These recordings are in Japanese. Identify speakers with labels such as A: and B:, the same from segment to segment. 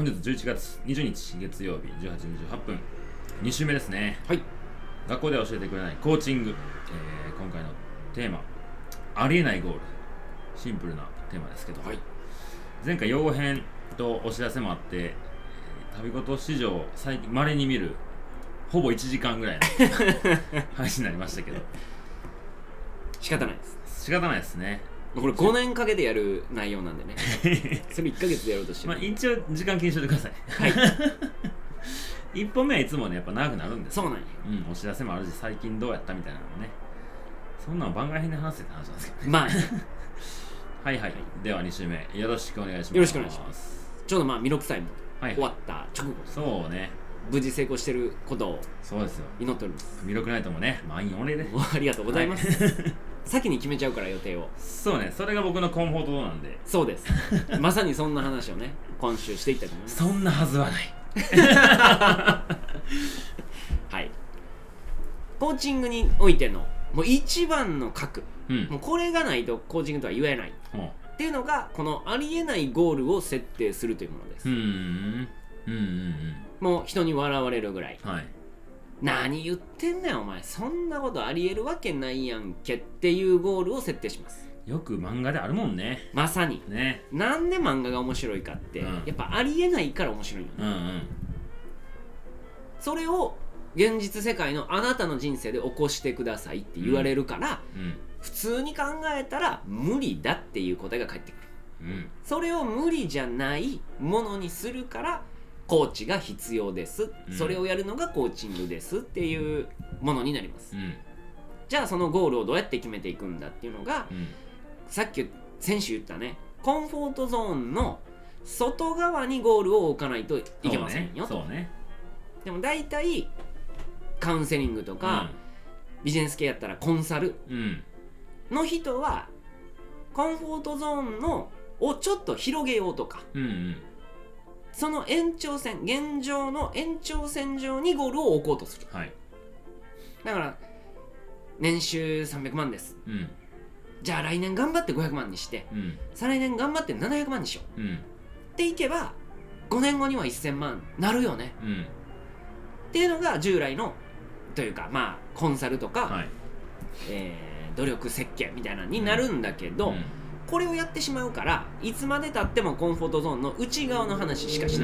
A: 本日11月20日月曜日18時28分2週目ですね。
B: はい。
A: 学校では教えてくれないコーチング、今回のテーマありえないゴール、シンプルなテーマですけど、
B: はい、
A: 前回用語編とお知らせもあって旅事史上最近稀に見るほぼ1時間ぐらいの話になりましたけど
B: 仕方ないです。
A: 仕方ないですね。
B: これ5年かけてやる内容なんでねそれ1ヶ月でやろうとしてる、
A: 一応時間気にしといてください。はい1本目はいつもねやっぱ長くなるんですよ。
B: そうなんや、
A: お知らせもあるし最近どうやったみたいなのね、そんなの番外編で話せって話なんですけどね。
B: まあ
A: はいはい、では2週目よろしくお願いします。
B: よろしくお願いします。ちょうどミロクサイも
A: はい
B: 終わった直後、
A: そうね、
B: 無事成功してることを
A: そうですよ。
B: 祈っております。
A: ミロクナイトもね満員御礼で
B: ありがとうございます、はい、先に決めちゃうから予定を。
A: そうね、それが僕のコンフォートゾーンなんで。
B: そうですまさにそんな話をね今週していきたいと思います。
A: そんなはずはない
B: はい。コーチングにおいてのもう一番の核、もうこれがないとコーチングとは言えない、っていうのがこのありえないゴールを設定するというものです。もう人に笑われるぐらい、はい、何言ってんねんお前、そんなことありえるわけないやんけっていうゴールを設定します。
A: よく漫画であるもんね。
B: まさに
A: ね。
B: なんで漫画が面白いかって、やっぱありえないから面白いよね。それを現実世界のあなたの人生で起こしてくださいって言われるから、普通に考えたら無理だっていう答えが返ってくる、それを無理じゃないものにするからコーチが必要です、それをやるのがコーチングですっていうものになります、じゃあそのゴールをどうやって決めていくんだっていうのが、さっき先週言ったね、コンフォートゾーンの外側にゴールを置かないといけませんよと。そうね。でも大体カウンセリングとか、ビジネス系やったらコンサルの人は、コンフォートゾーンのをちょっと広げようとか、その延長線、現状の延長線上にゴールを置こうとする、だから年収300万です、じゃあ来年頑張って500万にして、再来年頑張って700万にしよう、っていけば5年後には1000万なるよね、っていうのが従来のというかコンサルとか、努力設計みたいなのになるんだけど、これをやってしまうからいつまでたってもコンフォートゾーンの内側の話しかしない。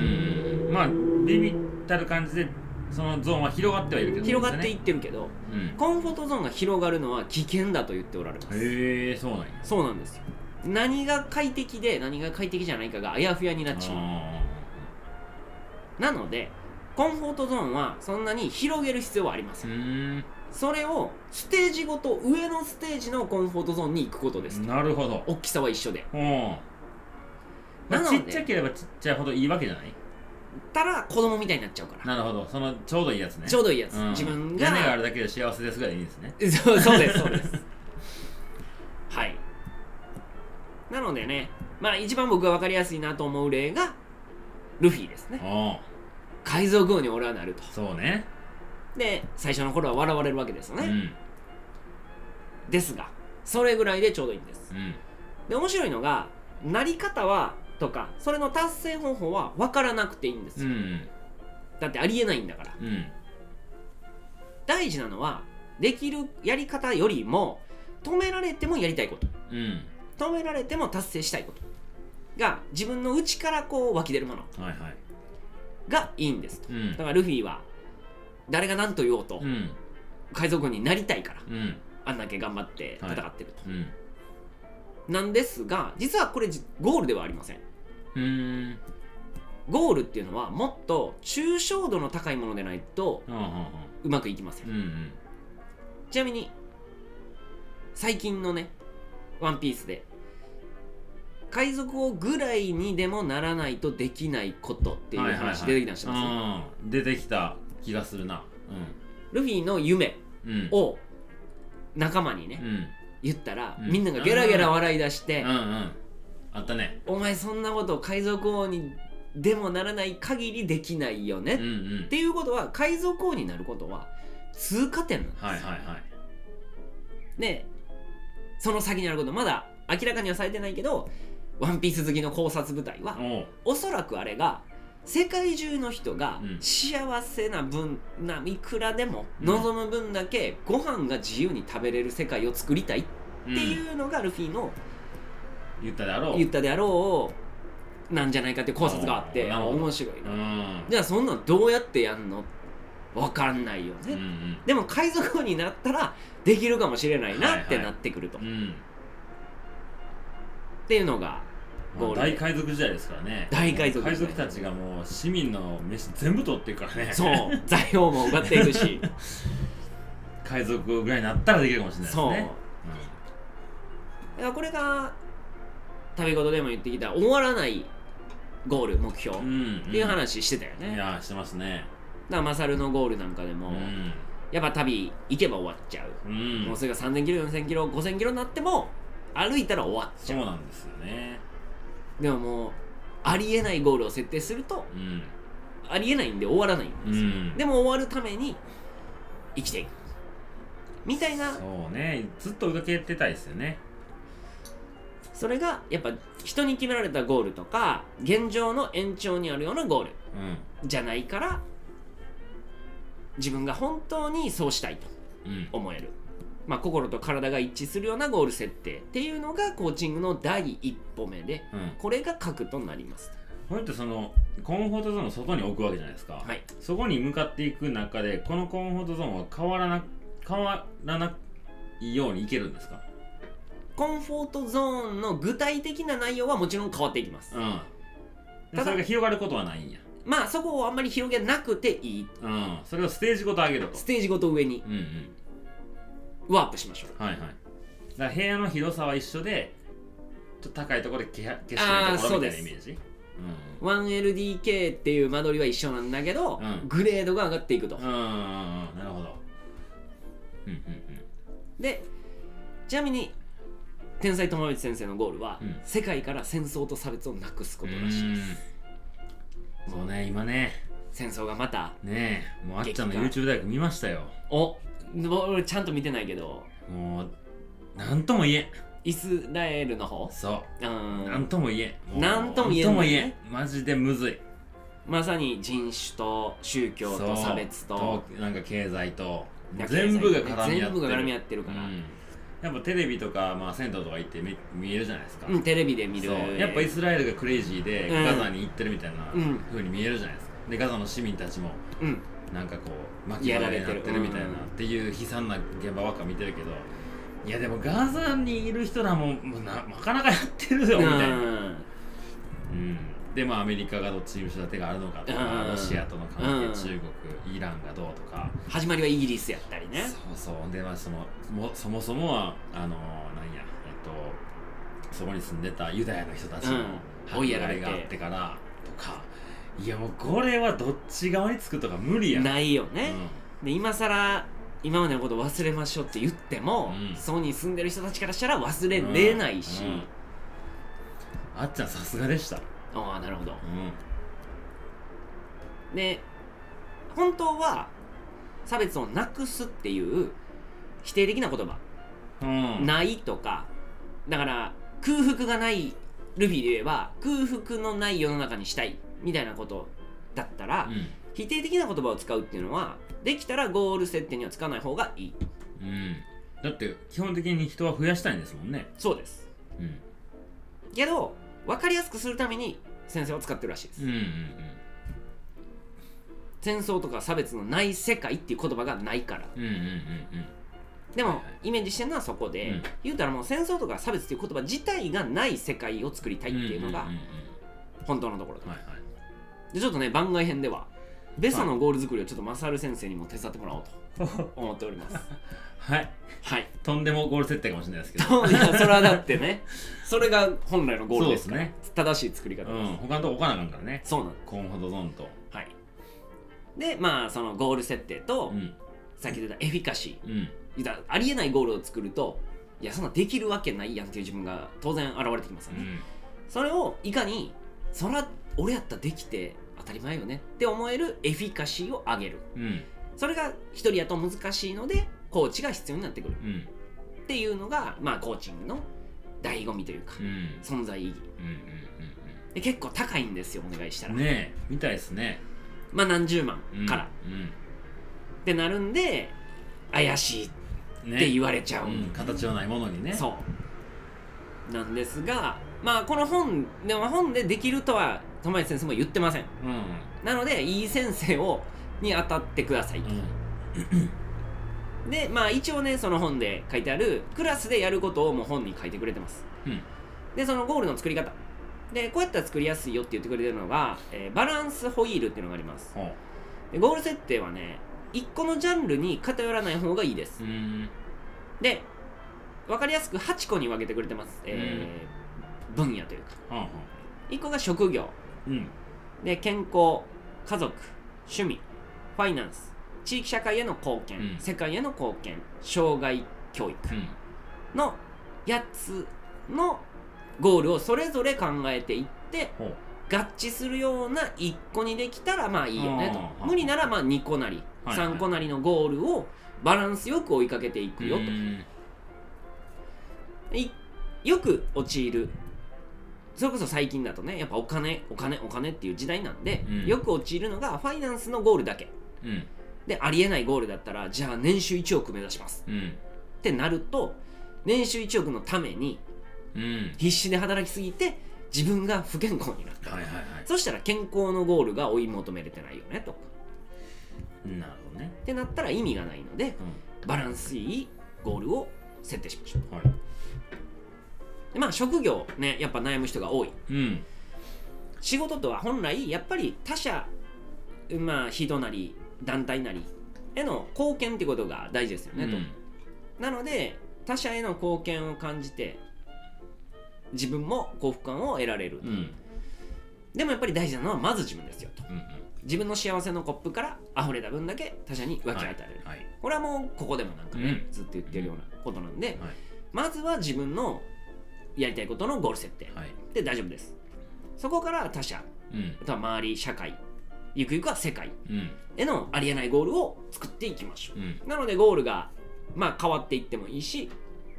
A: ビビったる感じでそのゾーンは広がってはいるけど、
B: 広がっていってるけど、コンフォートゾーンが広がるのは危険だと言っておられます。
A: へえ、そうなんや。
B: そうなんですよ。何が快適で何が快適じゃないかがあやふやになってしまう。なのでコンフォートゾーンはそんなに広げる必要はありません。それをステージごと上のステージのコンフォートゾーンに行くことです。
A: なるほど。
B: 大きさは一緒で、
A: ちっちゃければちっちゃいほどいいわけじゃない。
B: たら子供みたいになっちゃうから。
A: なるほど、そのちょうどいいやつね。
B: ちょうどいいやつ、自分が
A: 屋根があるだけで幸せですぐらいいいんですね。
B: そうですそうですはい。なのでね、一番僕が分かりやすいなと思う例がルフィですね。海賊王に俺はなると。
A: そうね。で
B: 最初の頃は笑われるわけですよね、ですがそれぐらいでちょうどいいんです、で面白いのがなり方はとかそれの達成方法は分からなくていいんですよ、だってありえないんだから、大事なのはできるやり方よりも止められてもやりたいこと、止められても達成したいことが自分の内からこう湧き出るものがいいんですと、だからルフィは誰が何と言おうと、海賊王になりたいから、あんだけ頑張って戦ってると、なんですが実はこれゴールではありません。ゴールっていうのはもっと抽象度の高いものでないとうまくいきません。ちなみに最近のねワンピースで海賊王ぐらいにでもならないとできないことっていう話出てきたりしてます。
A: 出てきた気がするな、
B: ルフィの夢を仲間にね、言ったら、みんながゲラゲラ笑い出して、
A: あったね、
B: お前そんなこと海賊王にでもならない限りできないよね、っていうことは海賊王になることは通過点なんです。でその先にあることまだ明らかにはされてないけど、ワンピース好きの考察部隊はおそらくあれが世界中の人が
A: うん
B: 幸せな分いくらでも望む分だけご飯が自由に食べれる世界を作りたいっていうのがルフィの
A: 言ったであろう。
B: 言ったであろうなんじゃないかっていう考察があって
A: なるほど
B: 面白いな、
A: うん
B: じゃあそんなんどうやってやんの分かんないよね、
A: うんうん
B: でも海賊王になったらできるかもしれないなってなってくると、
A: うん
B: っていうのがゴールで
A: 大海賊時代ですからね。
B: 大海賊時代
A: 海賊たちがもう市民の飯全部取っていくからね。
B: そう財宝も奪っていくし
A: 海賊ぐらいになったらできるかもしれないです
B: そう、
A: ね。
B: だからこれが旅事でも言ってきた終わらないゴール目標っ
A: うん
B: ていう話してたよね、
A: いやしてますね。
B: だからマサルのゴールなんかでも、
A: うん
B: やっぱ旅行けば終わっちゃう、
A: うん
B: もうそれが3000キロ4000キロ5000キロになっても歩いたら終わっち
A: そ
B: ゃう
A: うなんですよね。
B: でももうありえないゴールを設定すると
A: うん
B: ありえないんで終わらないんですよ、
A: うん
B: でも終わるために生きていくみたいな、
A: そうね、ずっと追いかけてたいですよね。
B: それがやっぱ人に決められたゴールとか現状の延長にあるようなゴール
A: うん
B: じゃないから自分が本当にそうしたいと
A: うん
B: 思える、まあ、心と体が一致するようなゴール設定っていうのがコーチングの第一歩目で
A: うん。
B: これが核となります。
A: これってそのコンフォートゾーンの外に置くわけじゃないですか。
B: はい、
A: そこに向かっていく中でこのコンフォートゾーンは変わらないようにいけるんですか？
B: コンフォートゾーンの具体的な内容はもちろん変わっていきます。
A: うん。
B: ただ
A: それが広がることはないんや。
B: まあそこをあんまり広げなくていい。
A: うん。それをステージごと上げると。
B: ステージごと上に
A: うんうん。
B: ワープしましょう。
A: はいはい。だから部屋の広さは一緒で、ちょっと高いところで景色
B: あー
A: のところみたいな
B: そうです
A: イメージ。
B: 1LDK っていう間取りは一緒なんだけど、
A: うん
B: グレードが上がっていくと。
A: うんうんうんうん。なるほど。うんうん
B: でちなみに天才友道先生のゴールは、
A: うん
B: 世界から戦争と差別をなくすこ
A: うん。
B: とらしいです。
A: そうね、今ね、
B: 戦争がまた
A: ねえ、もうあっちゃんの
B: 激化
A: YouTube 大学見ましたよ。
B: 俺ちゃんと見てないけど
A: もう、なんとも言えん。
B: イスラエルの方
A: そう。
B: うん
A: なんとも言えん。もう
B: なんとも言えんのね
A: なんとも言えん。マジでむずい。
B: まさに人種と宗教と差別と
A: なんか経済と
B: いや
A: 全部が絡み合ってる。
B: 全部が絡み合ってるから、
A: うんやっぱテレビとか、まあ、銭湯とか行って見えるじゃないですか。
B: テレビで見る。
A: そうやっぱイスラエルがクレイジーで
B: うん
A: ガザに行ってるみたいな
B: うん
A: 風に見えるじゃないですか。でガザの市民たちも
B: うん
A: なんかこう巻き込まれになってるみたいな
B: うん
A: っていう悲惨な現場ばっか見てるけど、いやでもガザにいる人らもなかなかやってるよみたいな。うんでまあアメリカがどっちに後ろ盾があるのかとか、
B: うん
A: ロシアとの関係、
B: うん
A: 中国イランがどうとか、
B: 始まりはイギリスやったりね。
A: そうそうでまあそもそもはなんやそこに住んでたユダヤの人たちの
B: 追いやられて
A: があってからとか、いやもうこれはどっち側につくとか無理やん。
B: ないよね。で今さら今までのこと忘れましょうって言っても、
A: うん
B: そこに住んでる人たちからしたら忘れれないし、
A: うんあっちゃんさすがでした。
B: ああなるほど。
A: う
B: で本当は差別をなくすっていう否定的な言葉、
A: んうん
B: ないとかだから空腹がないルフィで言えば空腹のない世の中にしたいみたいなことだったら、否定的な言葉を使うっていうのはできたらゴール設定には使わない方がいい。
A: うんだって基本的に人は増やしたいんですもんね。
B: そうです。
A: うん
B: けど分かりやすくするために先生は使ってるらしいです。
A: うんうん
B: 戦争とか差別のない世界っていう言葉がないから。
A: うんうんうんうん
B: でも、
A: はいはい
B: イメージしてるのはそこで、
A: うん
B: 言うたらもう戦争とか差別っていう言葉自体がない世界を作りたいっていうのが
A: んんん
B: 本当のところだ、
A: はいはい
B: でちょっとね番外編ではベソのゴール作りをちょっとマサル先生にも手伝ってもらおうと思っております
A: はい
B: はい
A: とんでもゴール設定かもしれないですけど
B: いやそれはだってねそれが本来のゴールですから
A: そうです
B: 正しい作り方です、
A: 他のとこ置かなあかんからね。
B: そうなんです。
A: コンフォートゾーンと。
B: はいでまあそのゴール設定と、
A: うん
B: さっき言ったエフィカシー
A: うん
B: 言ったらありえないゴールを作るといやそんなできるわけないやんっていう自分が当然現れてきますよね、それをいかにそら俺やったらできて当たり前よねって思えるエフィカシーを上げる。
A: うん
B: それが一人やと難しいのでコーチが必要になってくる
A: うん
B: っていうのがまあコーチングの醍醐味というか、
A: うん
B: 存在意義っ
A: うんうん
B: てで結構高いんですよお願いしたら
A: ねえみたいですね。
B: まあ何十万から、
A: うん
B: ってなるんで怪しいって言われちゃう、
A: 形のないものにね。
B: そうなんですが、まあこの本でできるとは友達先生も言ってません、なのでいい先生に当たってくださいと、でまあ一応ねその本で書いてあるクラスでやることをもう本に書いてくれてます、でそのゴールの作り方でこうやったら作りやすいよって言ってくれてるのが、バランスホイールっていうのがあります、でゴール設定はね1個のジャンルに偏らない方がいいです、で分かりやすく8個に分けてくれてます、分野というか、1個が職業、で健康、家族、趣味、ファイナンス、地域社会への貢献、世界への貢献、障害教育の8つのゴールをそれぞれ考えていって合致するような1個にできたらまあいいよねと、無理ならまあ2個なり3個なりのゴールをバランスよく追いかけていくよと。よく陥る、それこそ最近だとねやっぱお金っていう時代なんで、よく陥るのがファイナンスのゴールだけ、でありえないゴールだったらじゃあ年収1億目指します、ってなると年収1億のために必死で働きすぎて自分が不健康になった、そしたら健康のゴールが追い求めれてないよねとか、
A: なるほどね
B: ってなったら意味がないので、バランスいいゴールを設定しましょう、でまあ職業ねやっぱ悩む人が多い、仕事とは本来やっぱり他者まあ人なり団体なりへの貢献ってことが大事ですよね、となので他者への貢献を感じて自分も幸福感を得られる、でもやっぱり大事なのはまず自分ですよと、自分の幸せのコップから溢れた分だけ他者に分け与える、これはもうここでもなんかね、ずっと言ってるようなことなんで、まずは自分のやりたいことのゴール設定、で大丈夫です。そこから他者、あとは周り社会、ゆくゆくは世界へのありえないゴールを作っていきましょう、なのでゴールがまあ変わっていってもいいし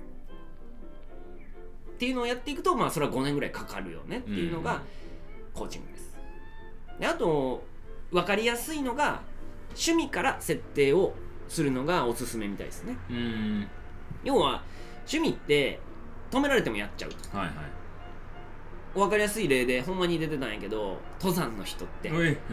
B: っていうのをやっていくと、まあそれは5年ぐらいかかるよねっていうのがコーチングです。であと分かりやすいのが趣味から設定をするのがおすすめみたいですね。要は趣味って止められてもやっちゃう、分かりやすい例でほんまに出てたんやけど、登山の人って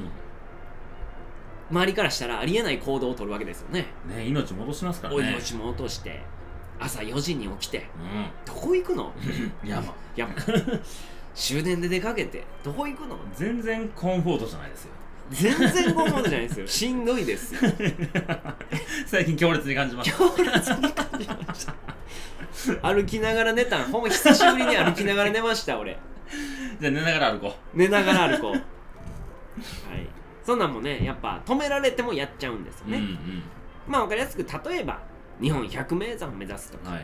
B: 周りからしたらありえない行動を取るわけですよね。
A: 命も落としますからね。
B: 命も落として朝4時に起きて、どこ行くの山終電で出かけてどこ行くの。
A: 全然コンフォートじゃないですよ。
B: 全然コンフォートじゃないですよ。しんどいですよ。
A: 最近強烈に感じました。
B: 強烈に感じました。歩きながら寝たん、ほんま久しぶりに歩きながら寝ました俺。
A: じゃあ寝ながら歩こう。
B: 寝ながら歩こう。はい。そんなんもねやっぱ止められてもやっちゃうんですよね。まあ分かりやすく例えば日本百名山を目指すとか、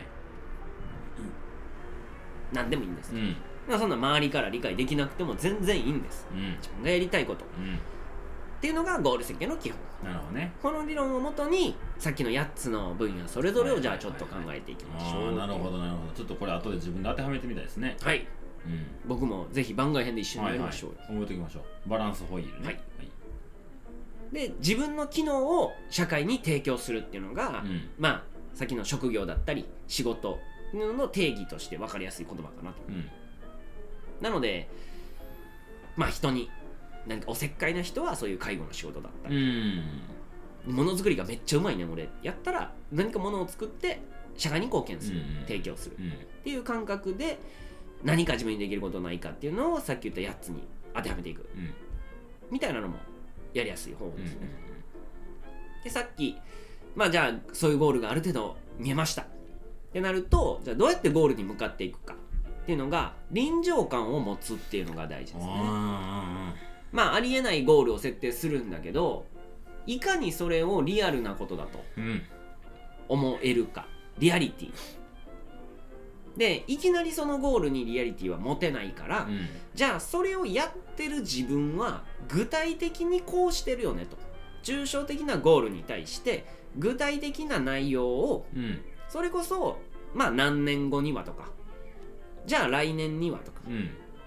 B: 何でもいいんです、そんな周りから理解できなくても全然いいんです、自分がやりたいこと、っていうのがゴール設計の基本。
A: なるほどね。
B: この理論をもとにさっきの8つの分野それぞれをじゃあちょっと考えていきましょう。
A: なるほどなるほど。ちょっとこれ後で自分で当てはめてみたいですね。
B: はい、僕もぜひ番外編で一緒にやりましょう。
A: 覚えておきましょう。バランスホイールね。
B: で自分の機能を社会に提供するっていうのが、まあさっきの職業だったり仕事の定義として分かりやすい言葉かなと、なのでまあ人に何かおせっかいな人はそういう介護の仕事だったり、ものづくりがめっちゃうまいね俺やったら何かものを作って社会に貢献する、提供する、っていう感覚で何か自分にできることないかっていうのをさっき言った8つに当てはめていく、みたいなのもやりやすい方法ですね。でさっきまあじゃあそういうゴールがある程度見えましたってなると、じゃあどうやってゴールに向かっていくかっていうのが臨場感を持つっていうのが大事ですね。まあありえないゴールを設定するんだけど、いかにそれをリアルなことだと思えるか、リアリティで、いきなりそのゴールにリアリティは持てないから、じゃあそれをやってる自分は具体的にこうしてるよねと、抽象的なゴールに対して具体的な内容を、それこそまあ何年後にはとか、じゃあ来年にはとか、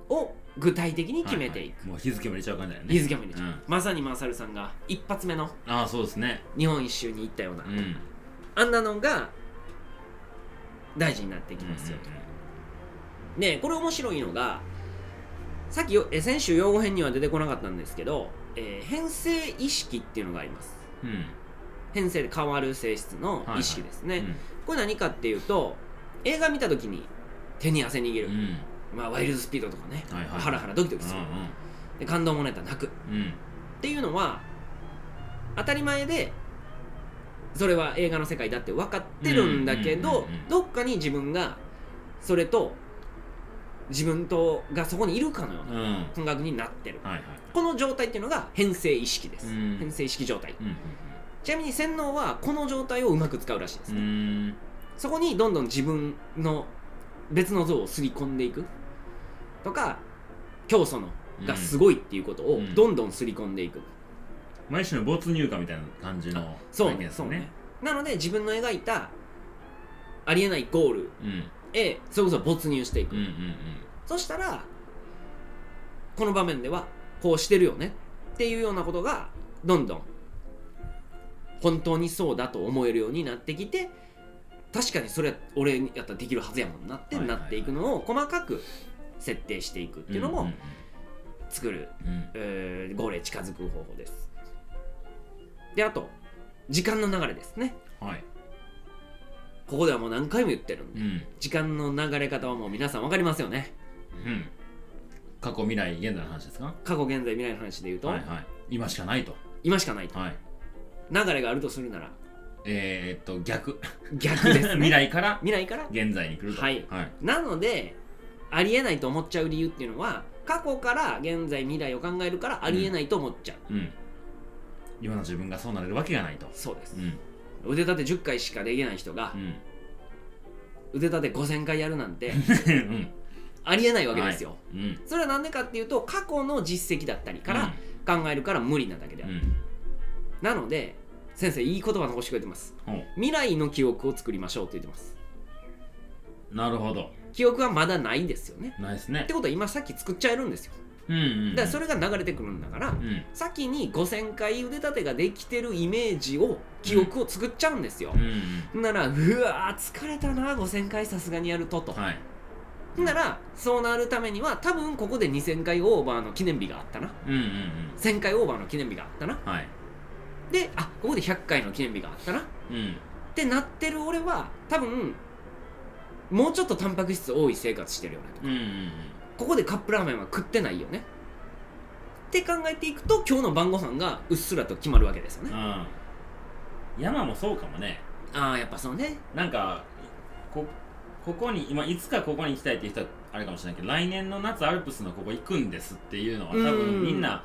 B: を具体的に決めていく、
A: もう日付も入れちゃう感じだよね。
B: 日付も入れちゃう、まさにマーサルさんが一発目の
A: そうですね、
B: 日本一周に行ったような、あんなのが大事になってきますよと。でこれ面白いのがさっき先週用語編には出てこなかったんですけど、変性意識っていうのがあります、変性で変わる性質の意識ですね、これ何かっていうと、映画見た時に手に汗握る、ワイルドスピードとかね、ハラハラドキドキする、で感動もらえたら泣く、っていうのは当たり前でそれは映画の世界だって分かってるんだけど、どっかに自分がそれと自分とがそこにいるかのような感覚になってる、この状態っていうのが変性意識です、変性意識状態、ちなみに洗脳はこの状態をうまく使うらしいですね。そこにどんどん自分の別の像をすり込んでいくとか、教祖のがすごいっていうことをどんどんすり込んでいく、
A: 一種の没入感みたいな感じの
B: 体験ですね。なので自分の描いたありえないゴールへそれこそ没入していく、そしたらこの場面ではこうしてるよねっていうようなことがどんどん本当にそうだと思えるようになってきて、確かにそれは俺やったらできるはずやもんなってなっていくのを細かく設定していくっていうのも作る、ゴールへ近づく方法です。であと時間の流れですね、ここではもう何回も言ってるんで、時間の流れ方はもう皆さん分かりますよね、
A: 過去未来現在の話ですか。
B: 過去現在未来の話で言うと、
A: 今しかないと、
B: 今しかないと、流れがあるとするなら
A: 逆
B: ですね
A: 未来から
B: 現
A: 在に来ると、
B: なのでありえないと思っちゃう理由っていうのは、過去から現在未来を考えるからありえないと思っちゃう、
A: 今の自分がそうなれるわけがないと。
B: そうです、腕立て10回しかできない人が、腕立て5000回やるなんてありえないわけですよ、それはなんでかっていうと、過去の実績だったりから考えるから無理なだけである、なので先生いい言葉残してくれてます。未来の記憶を作りましょうって言ってます。
A: なるほど。
B: 記憶はまだないんですよね。
A: ないですね。
B: ってことは今さっき作っちゃえるんですよ。だからそれが流れてくるんだから、先に5000回腕立てができてるイメージを記憶を作っちゃうんですよ。ならうわー疲れたな5000回さすがにやるとと。ならそうなるためには多分ここで2000回オーバーの記念日があったな。1000回オーバーの記念日があったな。でここで100回の記念日があったな、ってなってる俺は多分もうちょっとタンパク質多い生活してるよねとか、ここでカップラーメンは食ってないよねって考えていくと、今日の晩ご飯がうっすらと決まるわけですよね。
A: 山もそうかもね。
B: やっぱそうね。
A: なんかここに今いつかここに行きたいっていう人はあれかもしれないけど、来年の夏アルプスのここ行くんですっていうのは多分みんな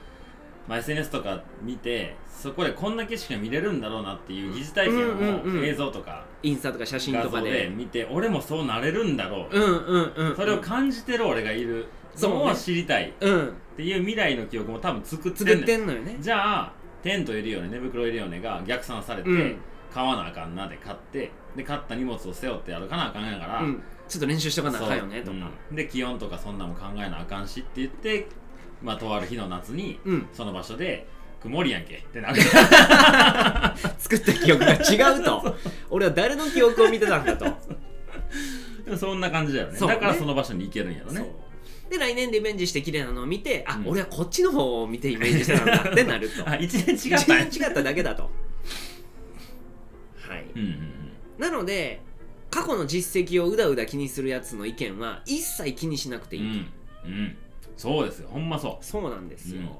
A: SNS とか見て、そこでこんな景色が見れるんだろうなっていう疑似体験を映像とか
B: インスタとか写真とかで
A: 見て、俺もそうなれるんだろう、それを感じてる俺がいるのを知りたいっていう未来の記憶も多分作ってんのよね。じゃあテントいるよね、寝袋いるよねが逆算されて、買わなあかんなで買って、で買った荷物を背負って歩かなあかんやから、
B: ちょっと練習しとかなあかんよねとか、
A: で気温とかそんなも考えなあかんしって言って、とある日の夏に、その場所で曇りやんけってなる
B: 作った記憶が違うと俺は誰の記憶を見てたんだと
A: でもそんな感じだよね。だからその場所に行けるんやろね。
B: で来年リベンジして綺麗なのを見て、俺はこっちの方を見てイメージしてたんだってなると
A: 1年違った
B: 1年違っただけだとなので過去の実績をうだうだ気にするやつの意見は一切気にしなくていい
A: そうですよ、ほんま
B: そうなんですよ、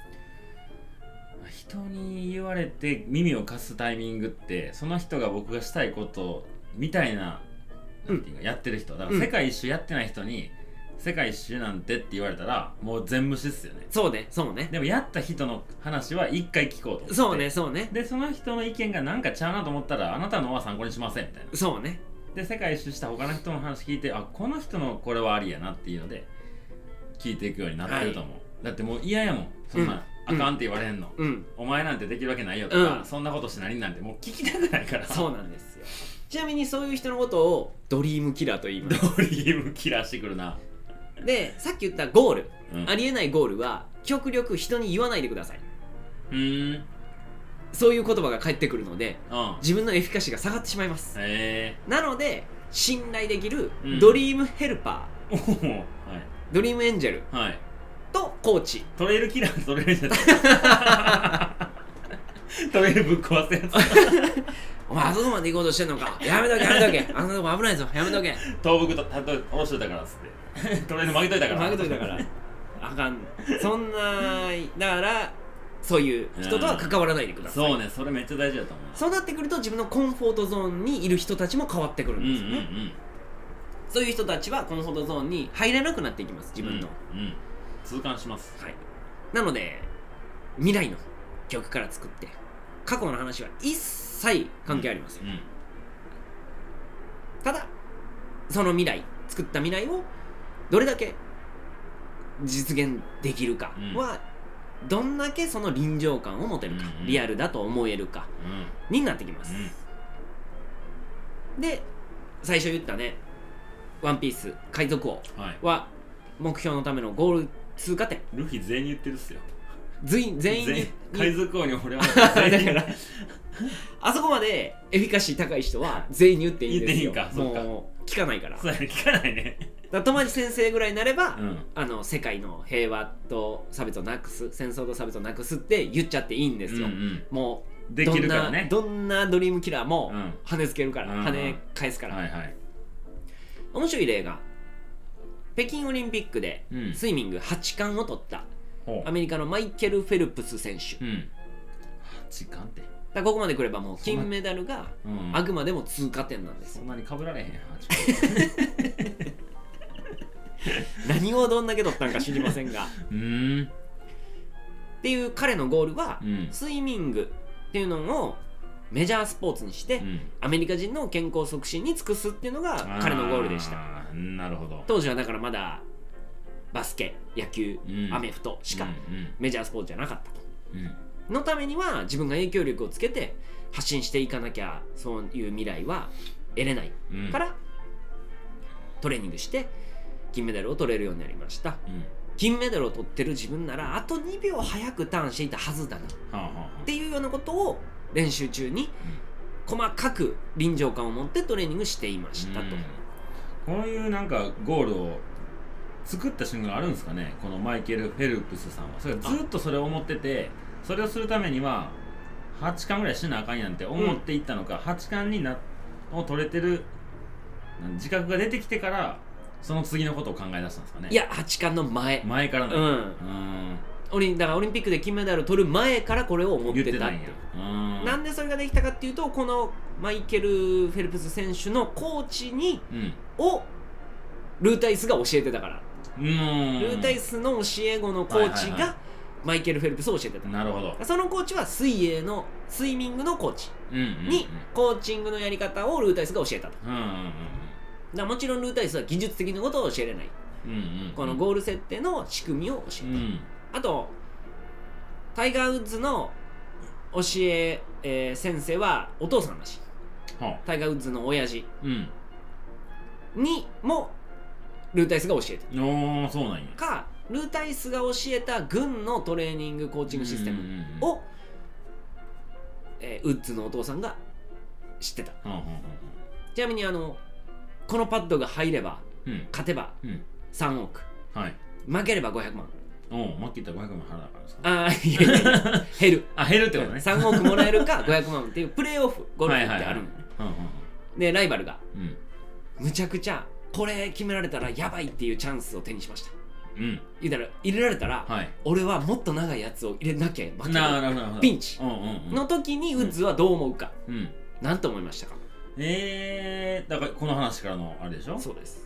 A: 人に言われて耳を貸すタイミングって、その人が僕がしたいことみたいな、なんていうかやってる人だから、世界一周やってない人に世界一周なんてって言われたらもう全無視っすよね。そうね。でもやった人の話は一回聞こうと思って、
B: そうね。
A: でその人の意見がなんかちゃうなと思ったら、あなたのは参考にしませんみたいな。
B: そうね。
A: で世界一周した他の人の話聞いて、この人のこれはありやなっていうので聞いていくようになってると思う、だってもう嫌やもんそんな、あかんって言われんの、お前なんてできるわけないよとか、そんなことして何なんてもう聞きたくないから。
B: そうなんですよ。ちなみにそういう人のことをドリームキラーと言います。
A: ドリームキラーしてくるな。
B: でさっき言ったゴール、ありえないゴールは極力人に言わないでください。そういう言葉が返ってくるので、自分のエフィカシーが下がってしまいます。なので信頼できるドリームヘルパー、ドリームエンジェルとコーチ。
A: トレイルキラー、トレイルじゃないトレイルぶっ壊すやつ
B: お前あそこまで行こうとしてんのか、やめとけやめとけ、あのとこ危ないぞ、やめとけ。
A: 倒木と下ろしといたからっつってトレイル曲げといたから
B: あかん。そんなだからそういう人とは関わらないでください。
A: そうね、それめっちゃ大事だと思う。
B: そうなってくると自分のコンフォートゾーンにいる人たちも変わってくるんですよね。そういう人たちはコンフォートゾーンに入れなくなっていきます、自分の。
A: 痛感します。
B: はい。なので未来の曲から作って過去の話は一切関係ありません。ただその未来、作った未来をどれだけ実現できるかは、どんだけその臨場感を持てるか、リアルだと思えるかになってきます。で最初言ったね、ワンピース海賊王は目標のためのゴール通過点。
A: ルフィ全員言ってるっすよ。
B: 全員に
A: 海賊王に俺は
B: だからあそこまでエフィカシー高い人は全員に言っていいんですよ。もう聞かないから。
A: そうやね、聞かないね。
B: 友達先生ぐらいになれば、世界の平和と差別をなくす、戦争と差別をなくすって言っちゃっていいんですよ。もう
A: できるからね。
B: どんなドリームキラーも跳ねつけるから、跳ね返すから。面白い例が北京オリンピックでスイミング8冠を取ったアメリカのマイケル・フェルプス選手。
A: 8冠って
B: だここまで来ればもう金メダルがあくまでも通過点なんです。
A: そんなに被られへん
B: 何をどんだけ取ったんか知りませんがっていう彼のゴールは、スイミングっていうのをメジャースポーツにして、アメリカ人の健康促進に尽くすっていうのが彼のゴールでした。
A: なるほど。
B: 当時はだからまだバスケ、野球、アメフトしかメジャースポーツじゃなかったと、のためには自分が影響力をつけて発信していかなきゃそういう未来は得れないから、トレーニングして金メダルを取れるようになりました。金メダルを取ってる自分ならあと2秒早くターンしていたはずだなっていうようなことを練習中に細かく臨場感を持ってトレーニングしていましたと。
A: こういうなんかゴールを作った瞬間があるんですかね、このマイケル・フェルプスさんは。それずっとそれを思ってて、それをするためには8冠ぐらいしなあかんやんって思っていったのか、8冠を取れてる自覚が出てきてからその次のことを考え出したんですかね。
B: いや、8冠の前
A: から
B: だからオリンピックで金メダルを取る前からこれを思ってたって。なんでそれができたかっていうと、このマイケル・フェルプス選手のコーチをルータイスが教えてたから。ルータイスの教え子のコーチがマイケル・フェルプスを教えてた。
A: なるほど。
B: そのコーチはスイミングのコーチにコーチングのやり方をルータイスが教えたと。だもちろんルータイスは技術的なことを教えれない、このゴール設定の仕組みを教えた、あとタイガー・ウッズの教え、先生はお父さんだし、タイガー・ウッズの親父にもルータイスが教えてる。
A: そうなんや。
B: かルータイスが教えた軍のトレーニングコーチングシステムをウッズのお父さんが知ってた。ちなみにこのパッドが入れば、勝てば3億、負ければ500万。
A: 負けたら500万払うからですか。
B: いや減る
A: 減るってことね。
B: 3億もらえるか500万っていうプレーオフゴルフってあるので、ライバルがむちゃくちゃこれ決められたらやばいっていうチャンスを手にしました。言ったら入れられたら、俺はもっと長いやつを入れなきゃ負けるピンチの時にウッズはどう思うか、なんと思いましたか。
A: だからこの話からのあれでしょ。
B: そうです。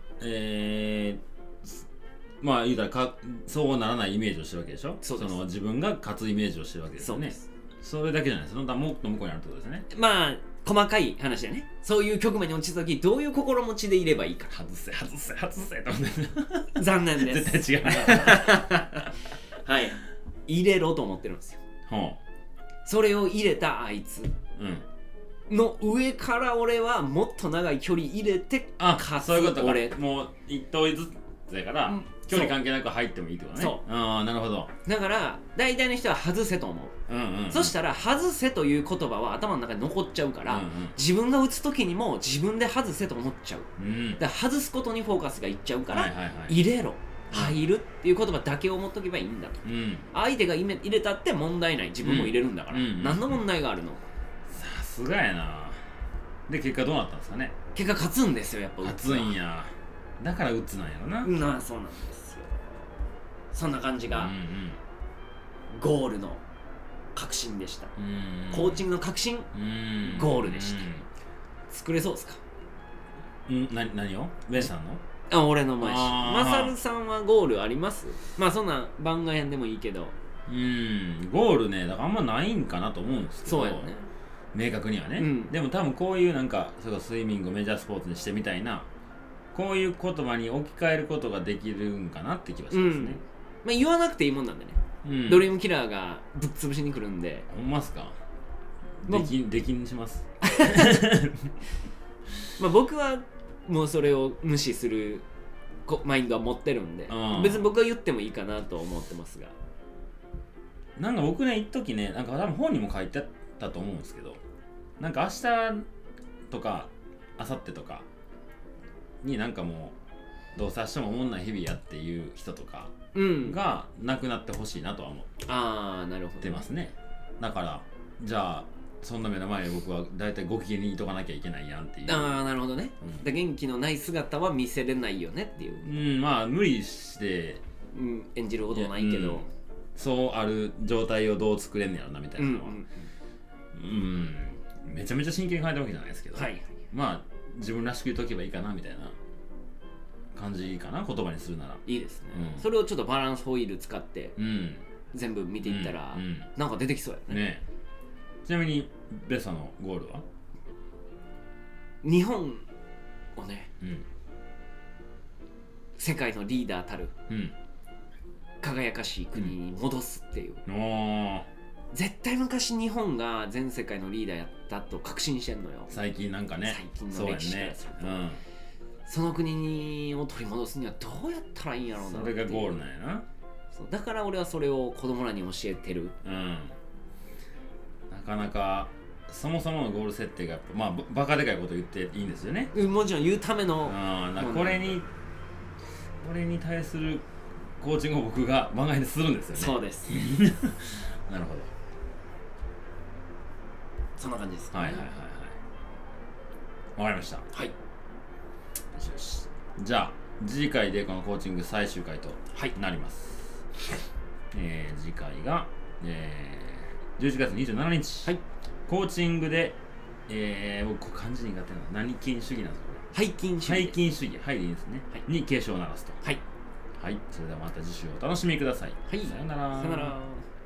A: まあ言うたらそうならないイメージをしてるわけでしょ。その自分が勝つイメージをしてるわけですよね。それだけじゃないです。もっと向こうにあるってことですね。
B: まあ細かい話でね、そういう局面に落ちた時どういう心持ちでいればいいか。
A: 外せと思って
B: 残念です。
A: 絶対違う
B: はい、入れろと思ってるんですよ。それを入れたあいつの上から俺はもっと長い距離入れて
A: そういうことか。もう一投ずつそやから、距離関係なく入ってもいいってことね。そう。ああ、なるほど。
B: だから大体の人は外せと思う。そしたら外せという言葉は頭の中に残っちゃうから、自分が打つ時にも自分で外せと思っちゃう。だから外すことにフォーカスがいっちゃうから、入れろ、入るっていう言葉だけを持っとけばいいんだと。相手が入れたって問題ない、自分も入れるんだから、何の問題があるの。
A: さすがやな。で結果どうなったんですかね。
B: 結果勝つんですよ、やっぱ。
A: 勝つんや。だから打つなんやろな。
B: そうなんですよ。そんな感じがゴールの確信でした。コーチングの確信、ゴールでした。作れそうですか。
A: 何をベンさんの？
B: 俺の前し。マサルさんはゴールあります？まあそんな番外編でもいいけど。
A: ゴールね、だからあんまないんかなと思うんですけど。
B: そうやね。
A: 明確にはね。でも多分こういうなんかスイミングをメジャースポーツにしてみたいな、こういう言葉に置き換えることができるんかなって気はしますね。
B: まあ言わなくていいもんなんでね。ドリームキラーがぶっ潰しに来るんで。
A: ほんますか？できんします。
B: まあ僕はもうそれを無視するマインドは持ってるんで、別に僕は言ってもいいかなと思ってますが。
A: なんか僕ね、一時ね、なんか多分本にも書いてあったと思うんですけど、なんか明日とか明後日とかになんかもうどうせ明日も思んない日々やっていう人とかがなくなってほしいなとは思ってますね。だからじゃあそんな目の前に僕はだいたいご機嫌にいとかなきゃいけないやんっていう。
B: なるほどね。で元気のない姿は見せれないよねっていう。
A: まあ無理して
B: 演じることはないけど、
A: そうある状態をどう作れんねやろなみたいなのは、めちゃめちゃ真剣に考えたわけじゃないですけど、まあ自分らしく言っとけばいいかなみたいな感じかな、言葉にするなら。
B: いいですね。それをちょっとバランスホイール使って全部見ていったらなんか出てきそうやね。
A: ちなみにベッサのゴールは
B: 日本をね、世界のリーダーたる輝かしい国に戻すっていう。絶対昔日本が全世界のリーダーやったと確信してんのよ。
A: 最近なんかね。
B: 最近の歴史からすると。その国を取り戻すにはどうやったらいいんやろうな。
A: それがゴールなんやな。
B: だから俺はそれを子供らに教えてる。
A: なかなかそもそものゴール設定がやっぱまあバカでかいこと言っていいんですよね。
B: もちろん言うための。
A: これに対するコーチングを僕が番外でするんですよね。
B: そうです。
A: なるほど。
B: そんな感じです。
A: わかりました。
B: はい。
A: よし。じゃあ次回でこのコーチング最終回となります。次回が、11月27日。コーチングで、僕漢字苦手なの。何筋主義なんですか？背筋主義。はいでいいですね。に警鐘を鳴らすと。はい。それではまた次週お楽しみください。
B: さよなら。